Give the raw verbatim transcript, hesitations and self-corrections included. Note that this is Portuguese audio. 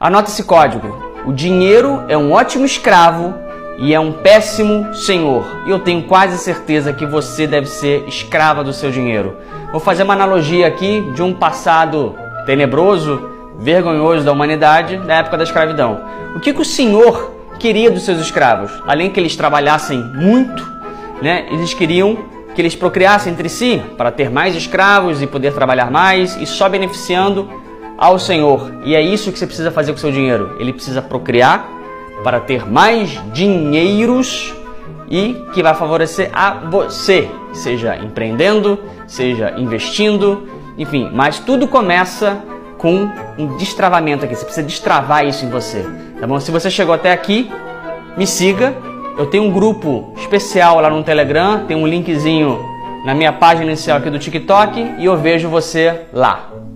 Anota esse código. O dinheiro é um ótimo escravo e é um péssimo senhor. E eu tenho quase certeza que você deve ser escrava do seu dinheiro. Vou fazer uma analogia aqui de um passado tenebroso, vergonhoso da humanidade, da época da escravidão. O que, que o senhor queria dos seus escravos? Além que eles trabalhassem muito, né, eles queriam que eles procriassem entre si para ter mais escravos e poder trabalhar mais e só beneficiando ao senhor. E é isso que você precisa fazer com o seu dinheiro. Ele precisa procriar para ter mais dinheiros e que vai favorecer a você, seja empreendendo, seja investindo, enfim, mas tudo começa com um destravamento aqui. Você precisa destravar isso em você, tá bom? Se você chegou até aqui, me siga. Eu tenho um grupo especial lá no Telegram, tem um linkzinho na minha página inicial aqui do TikTok e eu vejo você lá.